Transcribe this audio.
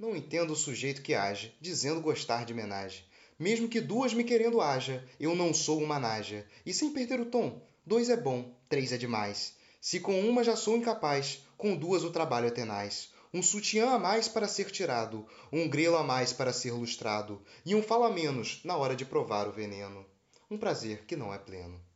Não entendo o sujeito que age, dizendo gostar de menagem. Mesmo que duas me querendo haja, eu não sou uma naja. E sem perder o tom, 2 é bom, 3 é demais. Se com uma já sou incapaz, com 2 o trabalho é tenaz. Um sutiã a mais para ser tirado, um grelo a mais para ser lustrado, e um fala menos na hora de provar o veneno. Um prazer que não é pleno.